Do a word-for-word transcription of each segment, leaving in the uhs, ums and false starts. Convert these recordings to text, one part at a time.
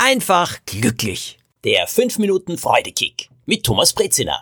Einfach glücklich. Der fünf Minuten Freudekick mit Thomas Brezina.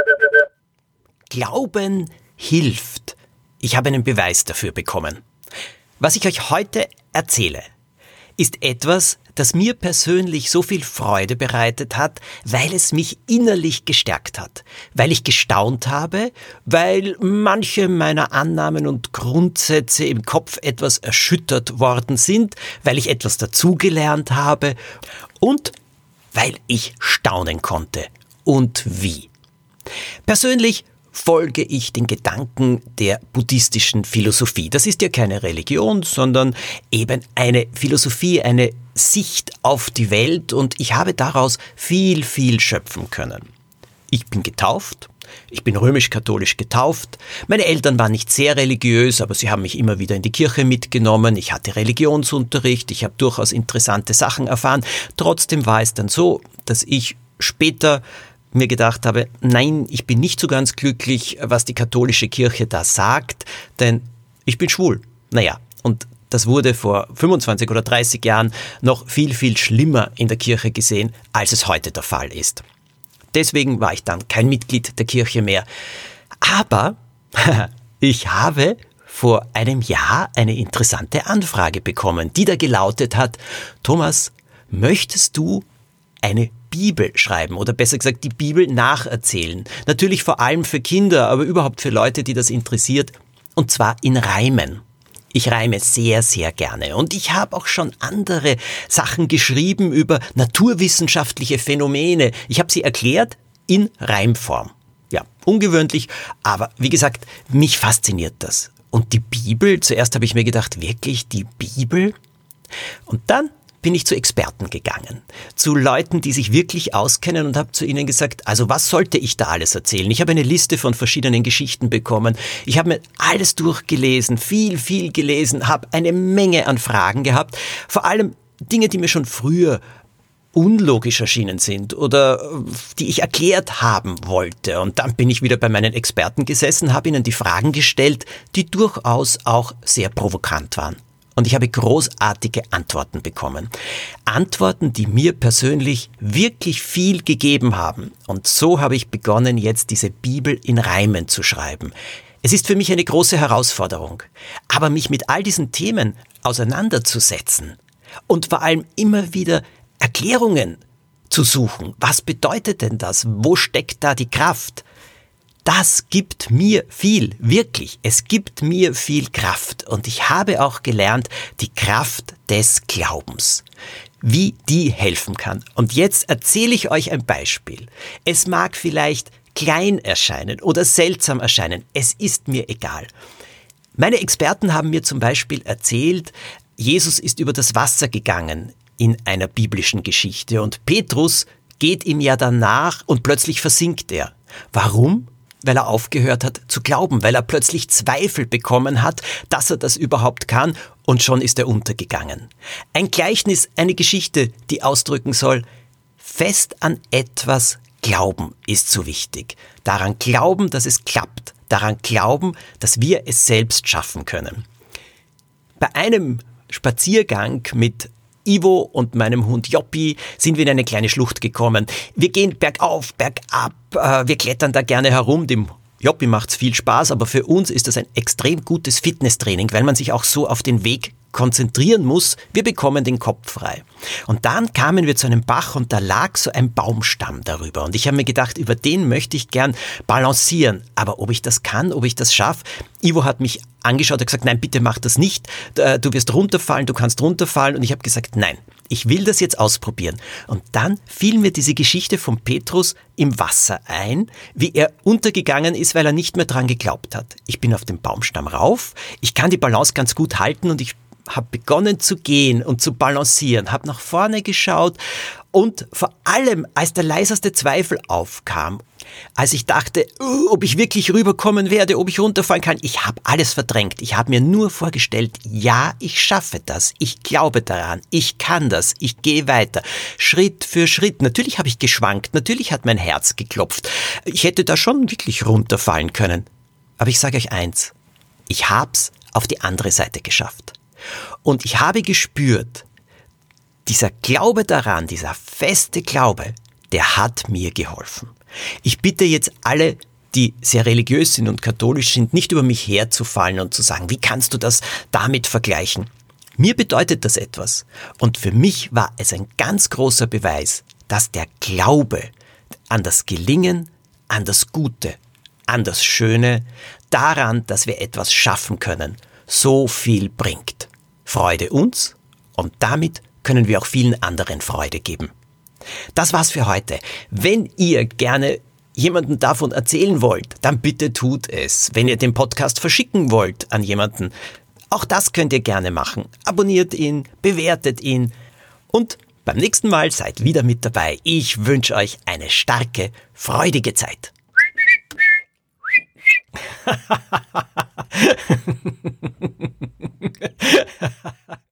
Glauben hilft. Ich habe einen Beweis dafür bekommen. Was ich euch heute erzähle, ist etwas, das mir persönlich so viel Freude bereitet hat, weil es mich innerlich gestärkt hat, weil ich gestaunt habe, weil manche meiner Annahmen und Grundsätze im Kopf etwas erschüttert worden sind, weil ich etwas dazugelernt habe und weil ich staunen konnte. Und wie? Persönlich folge ich den Gedanken der buddhistischen Philosophie. Das ist ja keine Religion, sondern eben eine Philosophie, eine Sicht auf die Welt, und ich habe daraus viel, viel schöpfen können. Ich bin getauft, ich bin römisch-katholisch getauft. Meine Eltern waren nicht sehr religiös, aber sie haben mich immer wieder in die Kirche mitgenommen. Ich hatte Religionsunterricht, ich habe durchaus interessante Sachen erfahren. Trotzdem war es dann so, dass ich später mir gedacht habe, nein, ich bin nicht so ganz glücklich, was die katholische Kirche da sagt, denn ich bin schwul. Naja, und das wurde vor fünfundzwanzig oder dreißig Jahren noch viel, viel schlimmer in der Kirche gesehen, als es heute der Fall ist. Deswegen war ich dann kein Mitglied der Kirche mehr. Aber ich habe vor einem Jahr eine interessante Anfrage bekommen, die da gelautet hat: Thomas, möchtest du eine Bibel schreiben oder besser gesagt die Bibel nacherzählen? Natürlich vor allem für Kinder, aber überhaupt für Leute, die das interessiert, und zwar in Reimen. Ich reime sehr, sehr gerne, und ich habe auch schon andere Sachen geschrieben über naturwissenschaftliche Phänomene. Ich habe sie erklärt in Reimform. Ja, ungewöhnlich, aber wie gesagt, mich fasziniert das. Und die Bibel, zuerst habe ich mir gedacht, wirklich die Bibel? Und dann bin ich zu Experten gegangen, zu Leuten, die sich wirklich auskennen, und habe zu ihnen gesagt, also was sollte ich da alles erzählen? Ich habe eine Liste von verschiedenen Geschichten bekommen. Ich habe mir alles durchgelesen, viel, viel gelesen, habe eine Menge an Fragen gehabt. Vor allem Dinge, die mir schon früher unlogisch erschienen sind oder die ich erklärt haben wollte. Und dann bin ich wieder bei meinen Experten gesessen, habe ihnen die Fragen gestellt, die durchaus auch sehr provokant waren. Und ich habe großartige Antworten bekommen. Antworten, die mir persönlich wirklich viel gegeben haben. Und so habe ich begonnen, jetzt diese Bibel in Reimen zu schreiben. Es ist für mich eine große Herausforderung. Aber mich mit all diesen Themen auseinanderzusetzen und vor allem immer wieder Erklärungen zu suchen. Was bedeutet denn das? Wo steckt da die Kraft? Das gibt mir viel, wirklich. Es gibt mir viel Kraft. Und ich habe auch gelernt, die Kraft des Glaubens, wie die helfen kann. Und jetzt erzähle ich euch ein Beispiel. Es mag vielleicht klein erscheinen oder seltsam erscheinen. Es ist mir egal. Meine Experten haben mir zum Beispiel erzählt, Jesus ist über das Wasser gegangen in einer biblischen Geschichte. Und Petrus geht ihm ja danach und plötzlich versinkt er. Warum? Weil er aufgehört hat zu glauben, weil er plötzlich Zweifel bekommen hat, dass er das überhaupt kann, und schon ist er untergegangen. Ein Gleichnis, eine Geschichte, die ausdrücken soll, fest an etwas glauben ist so wichtig. Daran glauben, dass es klappt. Daran glauben, dass wir es selbst schaffen können. Bei einem Spaziergang mit Ivo und meinem Hund Joppi sind wir in eine kleine Schlucht gekommen. Wir gehen bergauf, bergab, äh, wir klettern da gerne herum. Dem Joppi macht's viel Spaß, aber für uns ist das ein extrem gutes Fitnesstraining, weil man sich auch so auf den Weg konzentrieren muss. Wir bekommen den Kopf frei. Und dann kamen wir zu einem Bach, und da lag so ein Baumstamm darüber. Und ich habe mir gedacht, über den möchte ich gern balancieren. Aber ob ich das kann, ob ich das schaffe? Ivo hat mich angeschaut und gesagt, nein, bitte mach das nicht. Du wirst runterfallen, du kannst runterfallen. Und ich habe gesagt, nein, ich will das jetzt ausprobieren. Und dann fiel mir diese Geschichte von Petrus im Wasser ein, wie er untergegangen ist, weil er nicht mehr dran geglaubt hat. Ich bin auf den Baumstamm rauf, ich kann die Balance ganz gut halten, und ich habe begonnen zu gehen und zu balancieren, habe nach vorne geschaut, und vor allem, als der leiseste Zweifel aufkam, als ich dachte, uh, ob ich wirklich rüberkommen werde, ob ich runterfallen kann, ich habe alles verdrängt. Ich habe mir nur vorgestellt, ja, ich schaffe das, ich glaube daran, ich kann das, ich gehe weiter, Schritt für Schritt. Natürlich habe ich geschwankt, natürlich hat mein Herz geklopft. Ich hätte da schon wirklich runterfallen können. Aber ich sage euch eins, ich habe es auf die andere Seite geschafft. Und ich habe gespürt, dieser Glaube daran, dieser feste Glaube, der hat mir geholfen. Ich bitte jetzt alle, die sehr religiös sind und katholisch sind, nicht über mich herzufallen und zu sagen, wie kannst du das damit vergleichen? Mir bedeutet das etwas. Und für mich war es ein ganz großer Beweis, dass der Glaube an das Gelingen, an das Gute, an das Schöne, daran, dass wir etwas schaffen können, so viel bringt. Freude uns und damit können wir auch vielen anderen Freude geben. Das war's für heute. Wenn ihr gerne jemanden davon erzählen wollt, dann bitte tut es. Wenn ihr den Podcast verschicken wollt an jemanden, auch das könnt ihr gerne machen. Abonniert ihn, bewertet ihn und beim nächsten Mal seid wieder mit dabei. Ich wünsche euch eine starke, freudige Zeit.